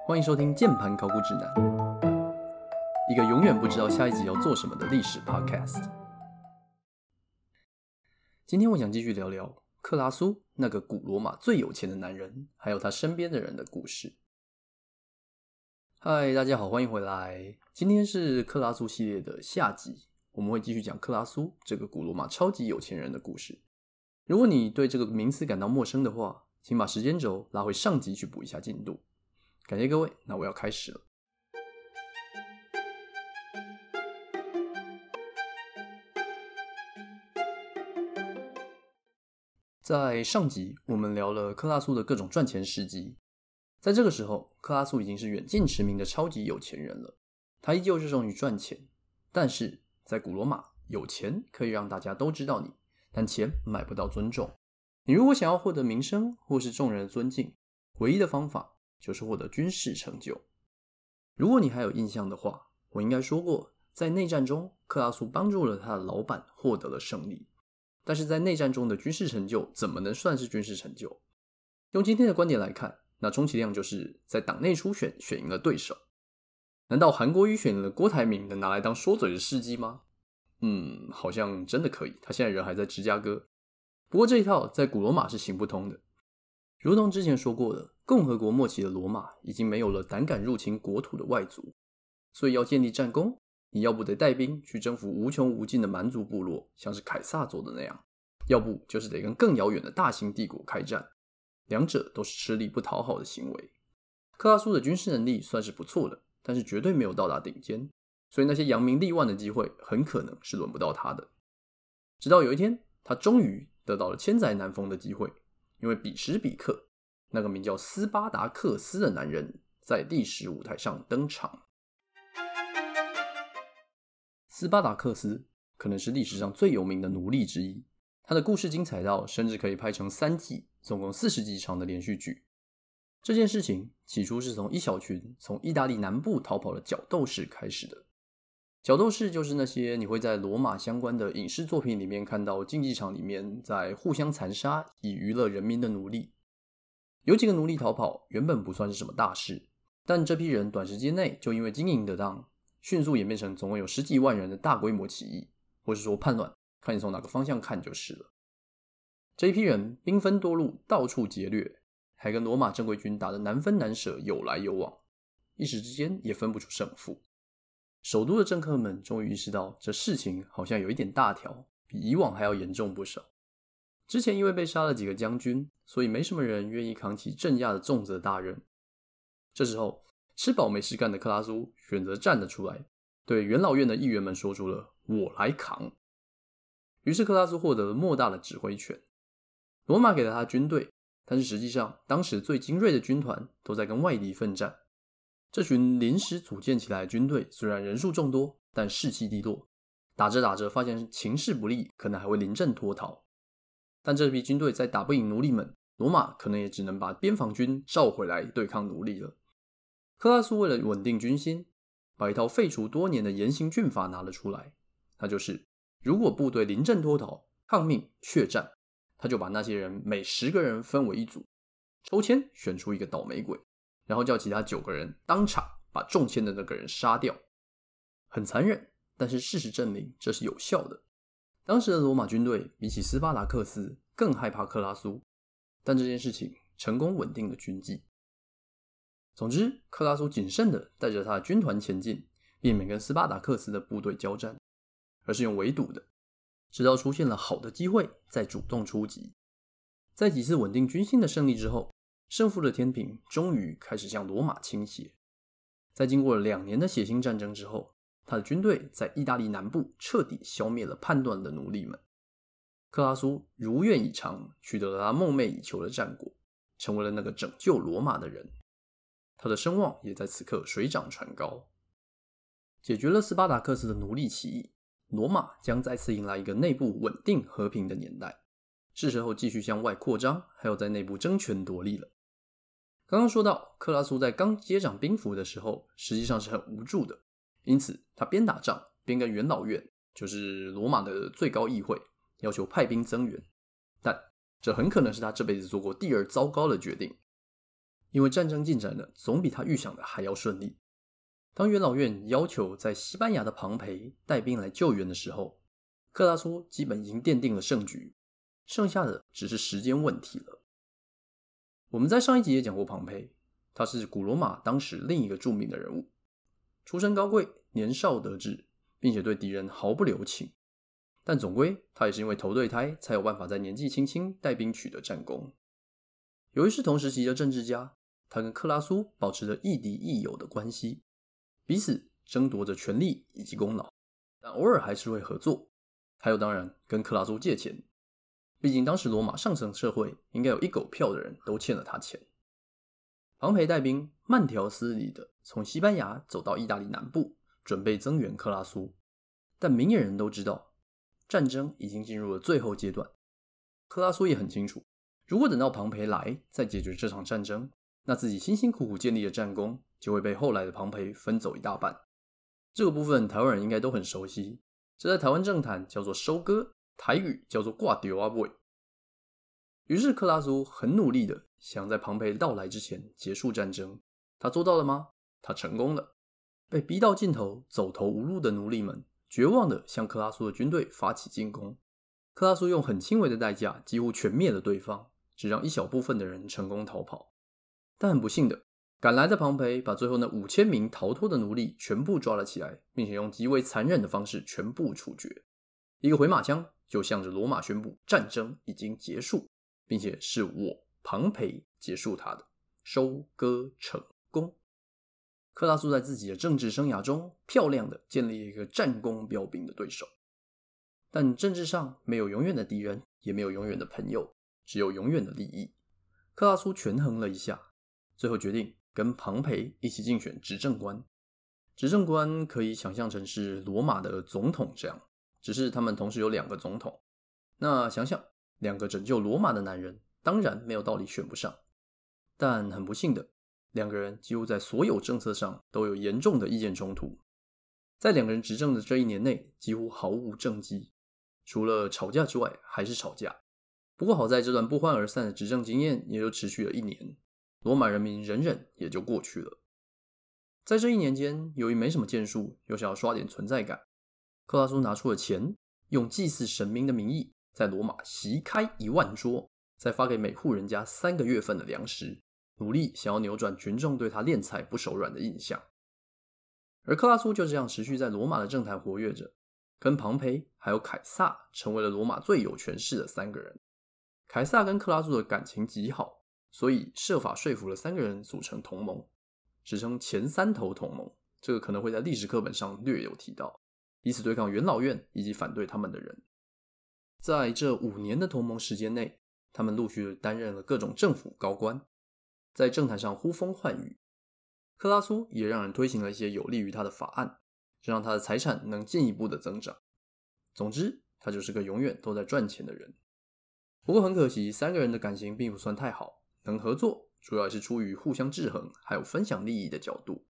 欢迎收听键盘考古指南，一个永远不知道下一集要做什么的历史 podcast。今天我想继续聊聊克拉苏，那个古罗马最有钱的男人，还有他身边的人的故事。嗨，大家好，欢迎回来。今天是克拉苏系列的下集，我们会继续讲克拉苏这个古罗马超级有钱人的故事。如果你对这个名词感到陌生的话，请把时间轴拉回上集去补一下进度。感谢各位，那我要开始了。在上集我们聊了克拉苏的各种赚钱事迹，在这个时候克拉苏已经是远近驰名的超级有钱人了。他依旧热衷于赚钱，但是在古罗马，有钱可以让大家都知道你，但钱买不到尊重。你如果想要获得名声或是众人的尊敬，唯一的方法就是获得军事成就。如果你还有印象的话，我应该说过，在内战中克拉苏帮助了他的老板获得了胜利。但是在内战中的军事成就怎么能算是军事成就？用今天的观点来看，那充其量就是在党内初选选赢了对手。难道韩国瑜选赢了郭台铭能拿来当说嘴的事迹吗？好像真的可以，他现在人还在芝加哥。不过这一套在古罗马是行不通的。如同之前说过的，共和国末期的罗马已经没有了胆敢入侵国土的外族，所以要建立战功，你要不得带兵去征服无穷无尽的蛮族部落，像是凯撒做的那样，要不就是得跟更遥远的大型帝国开战，两者都是吃力不讨好的行为。克拉苏的军事能力算是不错的，但是绝对没有到达顶尖，所以那些扬名立万的机会很可能是轮不到他的。直到有一天，他终于得到了千载难逢的机会，因为彼时彼刻，那个名叫斯巴达克斯的男人在历史舞台上登场。斯巴达克斯可能是历史上最有名的奴隶之一，他的故事精彩到甚至可以拍成3季，总共40集长的连续剧。这件事情起初是从一小群从意大利南部逃跑的角斗士开始的。角斗士就是那些你会在罗马相关的影视作品里面看到竞技场里面在互相残杀以娱乐人民的奴隶。有几个奴隶逃跑原本不算是什么大事，但这批人短时间内就因为经营得当，迅速演变成总共有10几万人的大规模起义，或是说叛乱，看你从哪个方向看就是了。这一批人兵分多路，到处劫掠，还跟罗马正规军打得难分难舍，有来有往，一时之间也分不出胜负。首都的政客们终于意识到这事情好像有一点大条，比以往还要严重不少。之前因为被杀了几个将军，所以没什么人愿意扛起镇压的重责大任。这时候吃饱没事干的克拉苏选择站了出来，对元老院的议员们说出了我来扛。于是克拉苏获得了莫大的指挥权。罗马给了他军队，但是实际上当时最精锐的军团都在跟外敌奋战。这群临时组建起来的军队虽然人数众多，但士气低落，打着打着发现情势不利，可能还会临阵脱逃。但这批军队再打不赢奴隶们，罗马可能也只能把边防军召回来对抗奴隶了。克拉苏为了稳定军心，把一套废除多年的严刑峻法拿了出来，那就是如果部队临阵脱逃、抗命、怯战，他就把那些人每10个人分为一组，抽签选出一个倒霉鬼，然后叫其他9个人当场把中签的那个人杀掉。很残忍，但是事实证明这是有效的。当时的罗马军队比起斯巴达克斯更害怕克拉苏，但这件事情成功稳定了军纪。总之，克拉苏谨慎地带着他的军团前进，避免跟斯巴达克斯的部队交战，而是用围堵的，直到出现了好的机会再主动出击。在几次稳定军心的胜利之后，胜负的天平终于开始向罗马倾斜。在经过了2年的血腥战争之后，他的军队在意大利南部彻底消灭了叛乱的奴隶们。克拉苏如愿以偿取得了他梦寐以求的战果，成为了那个拯救罗马的人。他的声望也在此刻水涨船高。解决了斯巴达克斯的奴隶起义，罗马将再次迎来一个内部稳定和平的年代，是时候继续向外扩张，还有在内部争权夺利了。刚刚说到，克拉苏在刚接掌兵符的时候实际上是很无助的，因此他边打仗边跟元老院，就是罗马的最高议会，要求派兵增援。但这很可能是他这辈子做过第2糟糕的决定， 因为战争进展的总比他预想的还要顺利。当元老院要求在西班牙的庞培带兵来救援的时候，克拉苏基本已经奠定了胜局，剩下的只是时间问题了。我们在上一集也讲过庞培，他是古罗马当时另一个著名的人物，出身高贵，年少得志，并且对敌人毫不留情。但总归他也是因为投对胎，才有办法在年纪轻轻带兵取得战功。由于是同时期的政治家，他跟克拉苏保持着亦敌亦友的关系，彼此争夺着权力以及功劳，但偶尔还是会合作。还有当然跟克拉苏借钱，毕竟当时罗马上层社会应该有一狗票的人都欠了他钱。庞培带兵慢条斯理的从西班牙走到意大利南部，准备增援克拉苏。但明眼人都知道，战争已经进入了最后阶段。克拉苏也很清楚，如果等到庞培来再解决这场战争，那自己辛辛苦苦建立的战功就会被后来的庞培分走一大半。这个部分台湾人应该都很熟悉，这在台湾政坛叫做收割，台语叫做挂丢啊尾。于是克拉苏很努力的想在庞培到来之前结束战争。他做到了吗？他成功了。被逼到尽头走投无路的奴隶们绝望的向克拉苏的军队发起进攻。克拉苏用很轻微的代价几乎全灭了对方，只让一小部分的人成功逃跑。但很不幸的，赶来的庞培把最后那5000名逃脱的奴隶全部抓了起来，并且用极为残忍的方式全部处决。一个回马枪就向着罗马宣布战争已经结束，并且是我庞培结束它的，收割成功。克拉苏在自己的政治生涯中漂亮的建立了一个战功彪炳的对手。但政治上没有永远的敌人，也没有永远的朋友，只有永远的利益。克拉苏权衡了一下，最后决定跟庞培一起竞选执政官。执政官可以想象成是罗马的总统这样，只是他们同时有2个总统。那想想2个拯救罗马的男人，当然没有道理选不上。但很不幸的，2个人几乎在所有政策上都有严重的意见冲突。在2个人执政的这1年内，几乎毫无政绩，除了吵架之外还是吵架。不过好在这段不欢而散的执政经验也就持续了1年，罗马人民忍忍也就过去了。在这1年间，由于没什么建树，又想要刷点存在感，克拉苏拿出了钱，用祭祀神明的名义在罗马席开1万桌，再发给每户人家3个月份的粮食，努力想要扭转群众对他敛财不手软的印象。而克拉苏就这样持续在罗马的政坛活跃着，跟庞培还有凯撒成为了罗马最有权势的3个人。凯撒跟克拉苏的感情极好，所以设法说服了3个人组成同盟，史称前3头同盟，这个可能会在历史课本上略有提到，以此对抗元老院以及反对他们的人。在这5年的同盟时间内，他们陆续担任了各种政府高官，在政坛上呼风唤雨。克拉苏也让人推行了一些有利于他的法案，这让他的财产能进一步的增长。总之，他就是个永远都在赚钱的人。不过很可惜，3个人的感情并不算太好，能合作主要也是出于互相制衡还有分享利益的角度。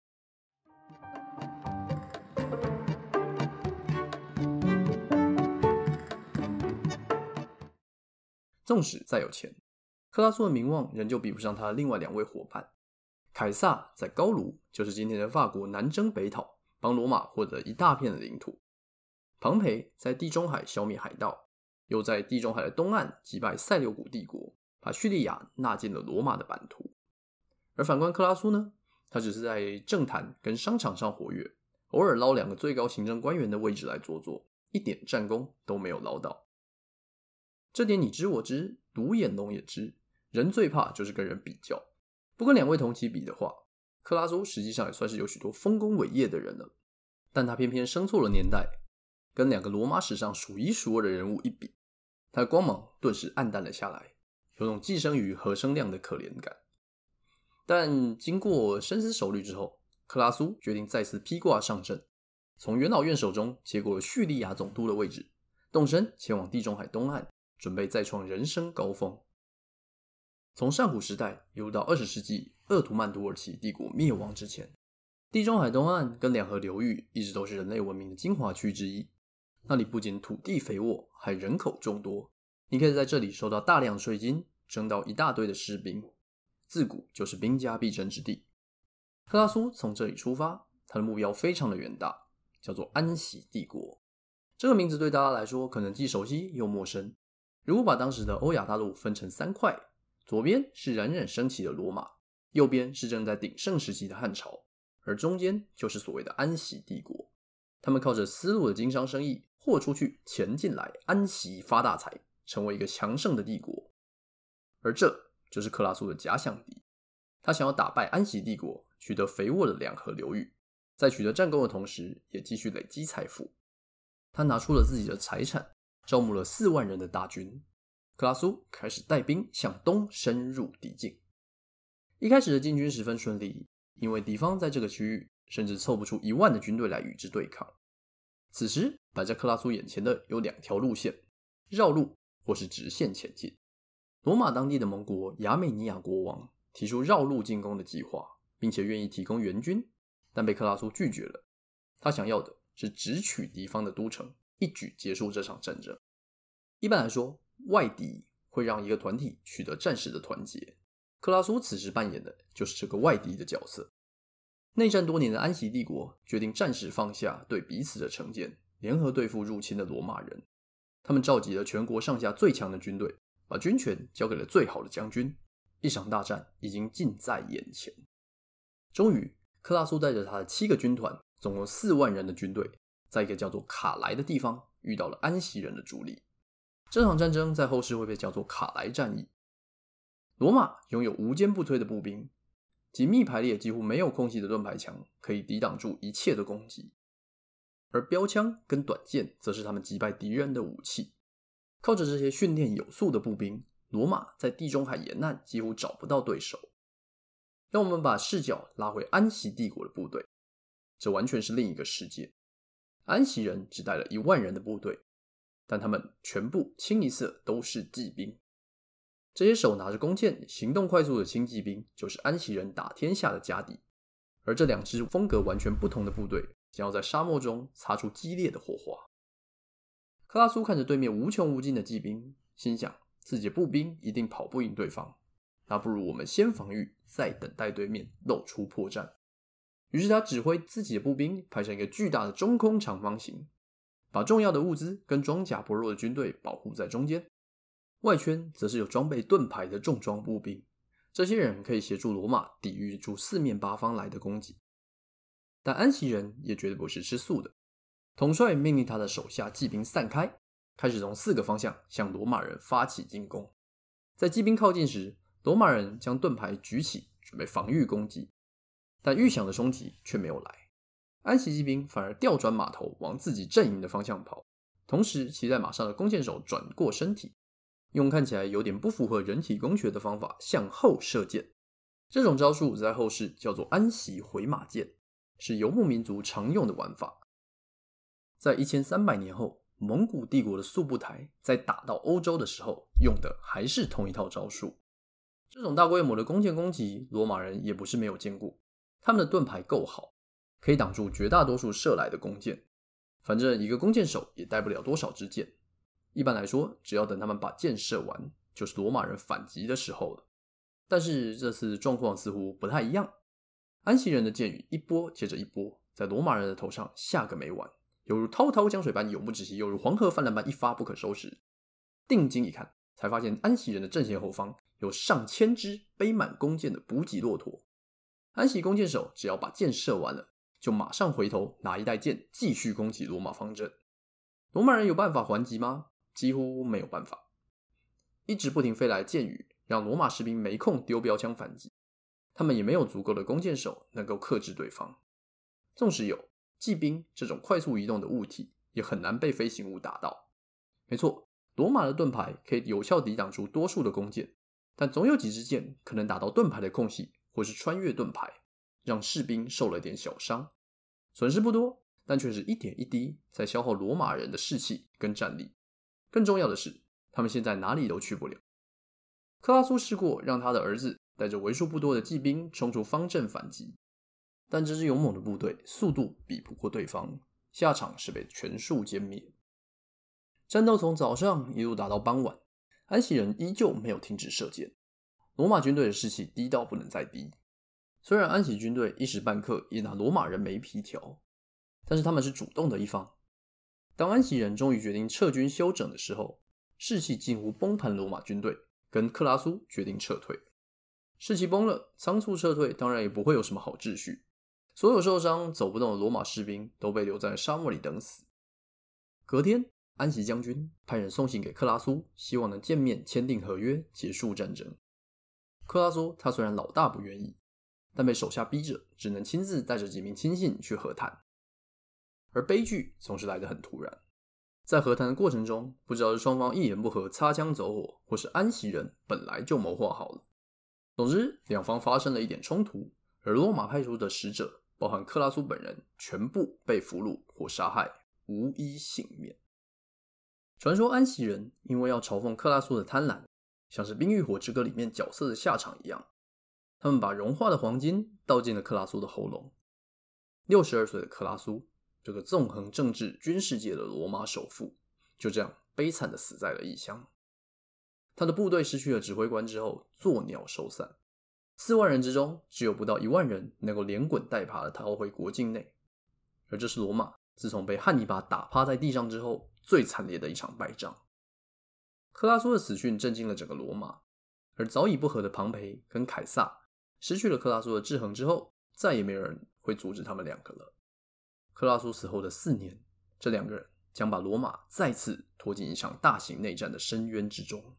纵使再有钱，克拉苏的名望仍旧比不上他的另外2位伙伴。凯撒在高卢，就是今天的法国，南征北讨，帮罗马获得一大片的领土。庞培在地中海消灭海盗，又在地中海的东岸击败塞琉古帝国，把叙利亚纳进了罗马的版图。而反观克拉苏呢，他只是在政坛跟商场上活跃，偶尔捞2个最高行政官员的位置来做做，一点战功都没有捞到。这点你知我知，独眼龙也知，人最怕就是跟人比较。不跟2位同期比的话，克拉苏实际上也算是有许多丰功伟业的人了，但他偏偏生错了年代，跟2个罗马史上数一数二的人物一比，他的光芒顿时暗淡了下来，有种寄生于何生亮的可怜感。但经过深思熟虑之后，克拉苏决定再次披挂上阵，从元老院手中接过了叙利亚总督的位置，动身前往地中海东岸，准备再创人生高峰。从上古时代一路到20世纪鄂图曼土耳其帝国灭亡之前，地中海东岸跟2河流域一直都是人类文明的精华区之一。那里不仅土地肥沃，还人口众多，你可以在这里收到大量税金，征到一大堆的士兵。 自古就是兵家必争之地。克拉苏从这里出发，他的目标非常的远大，叫做安息帝国。这个名字对大家来说可能既熟悉又陌生。如果把当时的欧亚大陆分成3块，左边是冉冉升起的罗马，右边是正在鼎盛时期的汉朝，而中间就是所谓的安息帝国。他们靠着丝路的经商生意货出去，钱进来，安息发大财，成为一个强盛的帝国。而这就是克拉苏的假想敌，他想要打败安息帝国，取得肥沃的两河流域，在取得战功的同时也继续累积财富。他拿出了自己的财产，招募了4万人的大军。克拉苏开始带兵向东深入敌境。一开始的进军十分顺利，因为敌方在这个区域甚至凑不出1万的军队来与之对抗。此时摆在克拉苏眼前的有2条路线，绕路或是直线前进。罗马当地的盟国亚美尼亚国王提出绕路进攻的计划，并且愿意提供援军，但被克拉苏拒绝了。他想要的是直取敌方的都城，一举结束这场战争。一般来说，外敌会让一个团体取得战时的团结，克拉苏此时扮演的就是这个外敌的角色。内战多年的安息帝国决定暂时放下对彼此的成见，联合对付入侵的罗马人。他们召集了全国上下最强的军队，把军权交给了最好的将军。一场大战已经近在眼前。终于，克拉苏带着他的7个军团，总共4万人的军队，在一个叫做卡莱的地方遇到了安息人的主力。这场战争在后世会被叫做卡莱战役。罗马拥有无坚不摧的步兵，紧密排列几乎没有空隙的盾牌墙可以抵挡住一切的攻击，而标枪跟短剑则是他们击败敌人的武器。靠着这些训练有素的步兵，罗马在地中海沿岸几乎找不到对手。让我们把视角拉回安息帝国的部队，这完全是另一个世界。安息人只带了1万人的部队，但他们全部清一色都是骑兵。这些手拿着弓箭、行动快速的轻骑兵，就是安息人打天下的家底。而这2支风格完全不同的部队，将要在沙漠中擦出激烈的火花。克拉苏看着对面无穷无尽的骑兵，心想自己的步兵一定跑不赢对方，那不如我们先防御，再等待对面露出破绽。于是他指挥自己的步兵排成一个巨大的中空长方形，把重要的物资跟装甲薄弱的军队保护在中间。外圈则是有装备盾牌的重装步兵，这些人可以协助罗马抵御住4面8方来的攻击。但安息人也绝对不是吃素的，统帅命令他的手下骑兵散开，开始从4个方向向罗马人发起进攻。在骑兵靠近时，罗马人将盾牌举起，准备防御攻击，但预想的冲击却没有来。安息骑兵反而调转马头往自己阵营的方向跑，同时骑在马上的弓箭手转过身体，用看起来有点不符合人体工学的方法向后射箭。这种招数在后世叫做安息回马箭，是游牧民族常用的玩法。在1300年后，蒙古帝国的速不台在打到欧洲的时候，用的还是同一套招数。这种大规模的弓箭攻击，罗马人也不是没有见过。他们的盾牌够好，可以挡住绝大多数射来的弓箭。反正一个弓箭手也带不了多少支箭。一般来说，只要等他们把箭射完，就是罗马人反击的时候了。但是这次状况似乎不太一样。安息人的箭雨一波接着一波，在罗马人的头上下个没完，犹如滔滔江水般永不止息，犹如黄河泛滥般一发不可收拾。定睛一看，才发现安息人的阵线后方有上千只背满弓箭的补给骆驼。安息弓箭手只要把箭射完了，就马上回头拿一袋箭继续攻击罗马方阵。罗马人有办法还击吗？几乎没有办法。一直不停飞来的箭雨让罗马士兵没空丢标枪反击，他们也没有足够的弓箭手能够克制对方。纵使有，骑兵这种快速移动的物体也很难被飞行物打到。没错，罗马的盾牌可以有效抵挡住多数的弓箭，但总有几支箭可能打到盾牌的空隙，或是穿越盾牌，让士兵受了点小伤。损失不多，但却是一点一滴在消耗罗马人的士气跟战力。更重要的是，他们现在哪里都去不了。克拉苏试过让他的儿子带着为数不多的骑兵冲出方阵反击，但这支勇猛的部队速度比不过对方，下场是被全数歼灭。战斗从早上一路打到傍晚，安息人依旧没有停止射箭。 罗马军队的士气低到不能再低。虽然安息军队一时半刻也拿罗马人没皮条，但是他们是主动的一方。当安息人终于决定撤军休整的时候，士气近乎崩盘，罗马军队跟克拉苏决定撤退。士气崩了，仓促撤退当然也不会有什么好秩序。所有受伤走不动的罗马士兵都被留在沙漠里等死。隔天，安息将军派人送信给克拉苏，希望能见面签订合约，结束战争。克拉苏他虽然老大不愿意，但被手下逼着，只能亲自带着几名亲信去和谈。而悲剧总是来得很突然，在和谈的过程中，不知道是双方一言不合擦枪走火，或是安息人本来就谋划好了。总之，两方发生了一点冲突，而罗马派出的使者，包含克拉苏本人，全部被俘虏或杀害，无一幸免。传说安息人因为要嘲讽克拉苏的贪婪，像是《冰与火之歌》里面角色的下场一样，他们把融化的黄金倒进了克拉苏的喉咙。62岁的克拉苏，这个纵横政治军事界的罗马首富，就这样悲惨的死在了异乡。他的部队失去了指挥官之后，作鸟兽散。4万人之中，只有不到1万人能够连滚带爬的逃回国境内。而这是罗马自从被汉尼拔打趴在地上之后，最惨烈的一场败仗。克拉苏的死讯震惊了整个罗马，而早已不和的庞培跟凯撒失去了克拉苏的制衡之后，再也没有人会阻止他们两个了。克拉苏死后的4年，这两个人将把罗马再次拖进一场大型内战的深渊之中。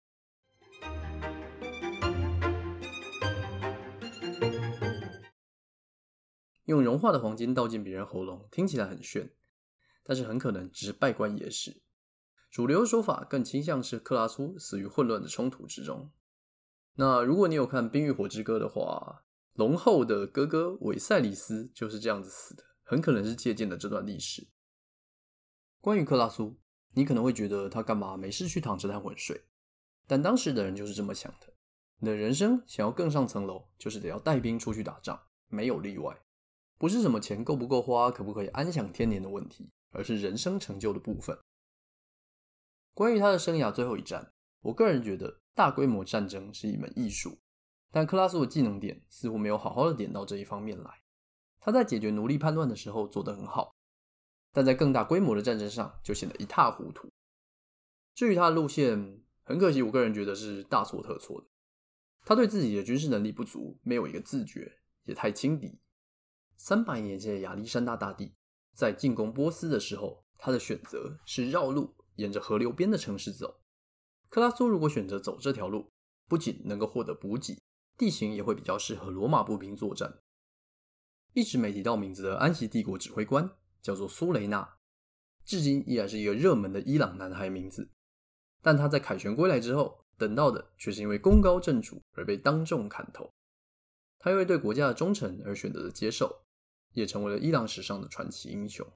用融化的黄金倒进别人喉咙，听起来很炫，但是很可能只是拜官野史。主流的说法更倾向是克拉苏死于混乱的冲突之中。那如果你有看《冰与火之歌》的话，龙后的哥哥韦塞里斯就是这样子死的，很可能是借鉴了这段历史。关于克拉苏，你可能会觉得他干嘛没事去淌这滩浑水，但当时的人就是这么想的。你的人生想要更上层楼，就是得要带兵出去打仗，没有例外。不是什么钱够不够花，可不可以安享天年的问题，而是人生成就的部分。关于他的生涯最后一战，我个人觉得大规模战争是一门艺术，但克拉苏的技能点似乎没有好好的点到这一方面来。他在解决奴隶叛乱的时候做得很好，但在更大规模的战争上就显得一塌糊涂。至于他的路线，很可惜我个人觉得是大错特错的。他对自己的军事能力不足，没有一个自觉，也太轻敌。300年前的亚历山大大帝在进攻波斯的时候，他的选择是绕路沿着河流边的城市走。克拉苏如果选择走这条路，不仅能够获得补给，地形也会比较适合罗马步兵作战。一直没提到名字的安息帝国指挥官叫做苏雷纳，至今依然是一个热门的伊朗男孩名字。但他在凯旋归来之后，等到的却是因为功高震主而被当众砍头。他因为对国家的忠诚而选择了接受，也成为了伊朗史上的传奇英雄。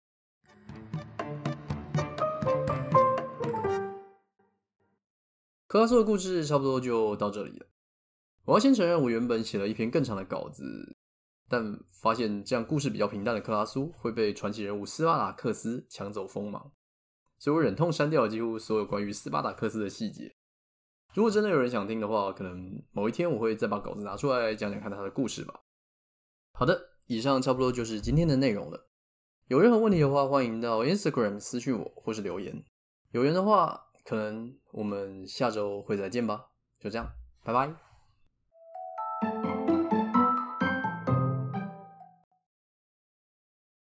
克拉苏的故事差不多就到这里了。我要先承认，我原本写了一篇更长的稿子，但发现这样故事比较平淡的克拉苏会被传奇人物斯巴达克斯抢走锋芒，所以我忍痛删掉了几乎所有关于斯巴达克斯的细节。如果真的有人想听的话，可能某一天我会再把稿子拿出来讲讲看他的故事吧。好的，以上差不多就是今天的内容了。有任何问题的话，欢迎到 Instagram 私讯我或是留言。有缘的话，可能我们下周会再见吧。就这样，拜拜。